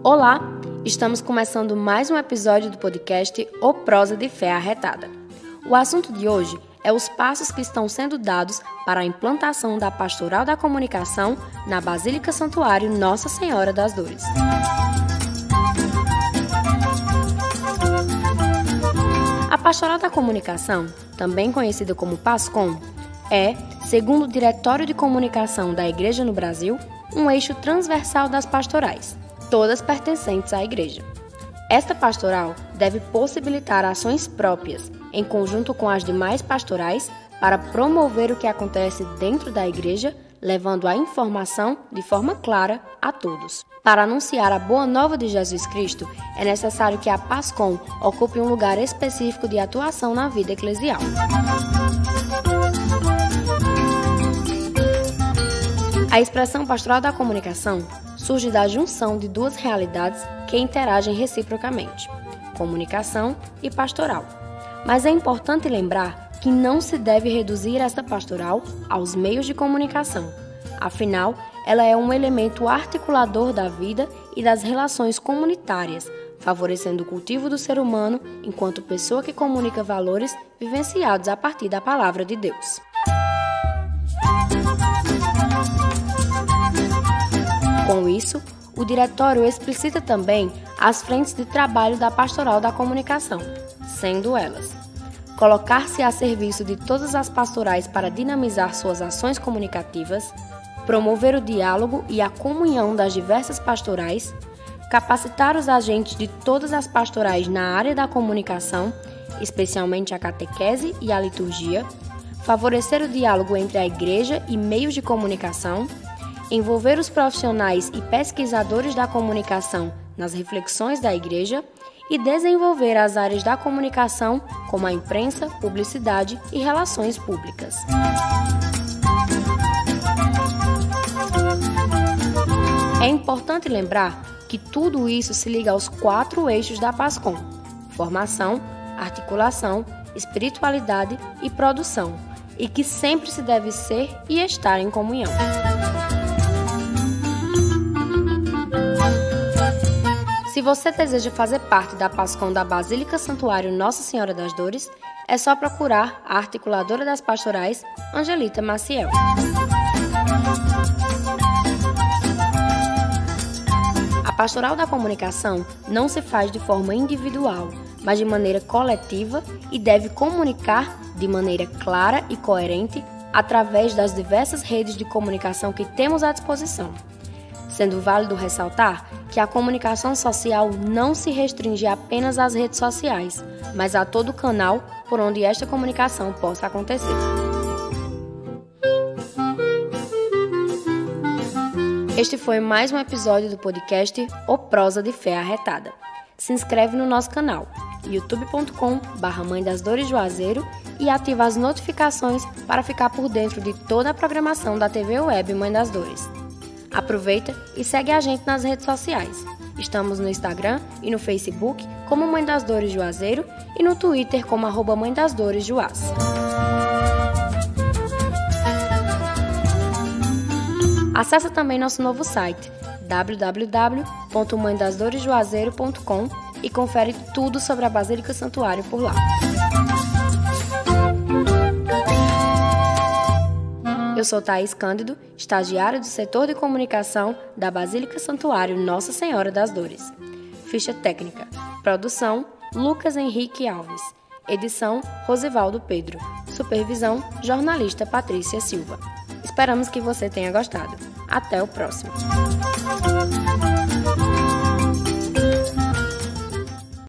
Olá, estamos começando mais um episódio do podcast O Prosa de Fé Arretada. O assunto de hoje é os passos que estão sendo dados para a implantação da Pastoral da Comunicação na Basílica Santuário Nossa Senhora das Dores. A Pastoral da Comunicação, também conhecida como PASCOM, é, segundo o Diretório de Comunicação da Igreja no Brasil, um eixo transversal das pastorais, todas pertencentes à Igreja. Esta pastoral deve possibilitar ações próprias, em conjunto com as demais pastorais, para promover o que acontece dentro da Igreja, levando a informação de forma clara a todos. Para anunciar a boa nova de Jesus Cristo, é necessário que a PASCOM ocupe um lugar específico de atuação na vida eclesial. A expressão Pastoral da Comunicação surge da junção de duas realidades que interagem reciprocamente, comunicação e pastoral. Mas é importante lembrar que não se deve reduzir esta pastoral aos meios de comunicação. Afinal, ela é um elemento articulador da vida e das relações comunitárias, favorecendo o cultivo do ser humano enquanto pessoa que comunica valores vivenciados a partir da palavra de Deus. Com isso, o Diretório explicita também as frentes de trabalho da Pastoral da Comunicação, sendo elas: colocar-se a serviço de todas as pastorais para dinamizar suas ações comunicativas, promover o diálogo e a comunhão das diversas pastorais, capacitar os agentes de todas as pastorais na área da comunicação, especialmente a catequese e a liturgia, favorecer o diálogo entre a Igreja e meios de comunicação, envolver os profissionais e pesquisadores da comunicação nas reflexões da Igreja e desenvolver as áreas da comunicação, como a imprensa, publicidade e relações públicas. É importante lembrar que tudo isso se liga aos 4 eixos da PASCOM: formação, articulação, espiritualidade e produção, e que sempre se deve ser e estar em comunhão. Se você deseja fazer parte da PASCOM da Basílica Santuário Nossa Senhora das Dores, é só procurar a articuladora das pastorais, Angelita Maciel. A Pastoral da Comunicação não se faz de forma individual, mas de maneira coletiva e deve comunicar de maneira clara e coerente através das diversas redes de comunicação que temos à disposição. Sendo válido ressaltar que a comunicação social não se restringe apenas às redes sociais, mas a todo canal por onde esta comunicação possa acontecer. Este foi mais um episódio do podcast O Prosa de Fé Arretada. Se inscreve no nosso canal, youtube.com/Mãe das Dores Juazeiro, e ativa as notificações para ficar por dentro de toda a programação da TV Web Mãe das Dores. Aproveita e segue a gente nas redes sociais. Estamos no Instagram e no Facebook como Mãe das Dores Juazeiro e no Twitter como @Mãe das Dores Juaz. Acesse também nosso novo site www.mãedasdoresjuazeiro.com e confere tudo sobre a Basílica Santuário por lá. Eu sou Thaís Cândido, estagiária do setor de comunicação da Basílica Santuário Nossa Senhora das Dores. Ficha técnica: produção Lucas Henrique Alves. Edição Rosivaldo Pedro. Supervisão jornalista Patrícia Silva. Esperamos que você tenha gostado. Até o próximo.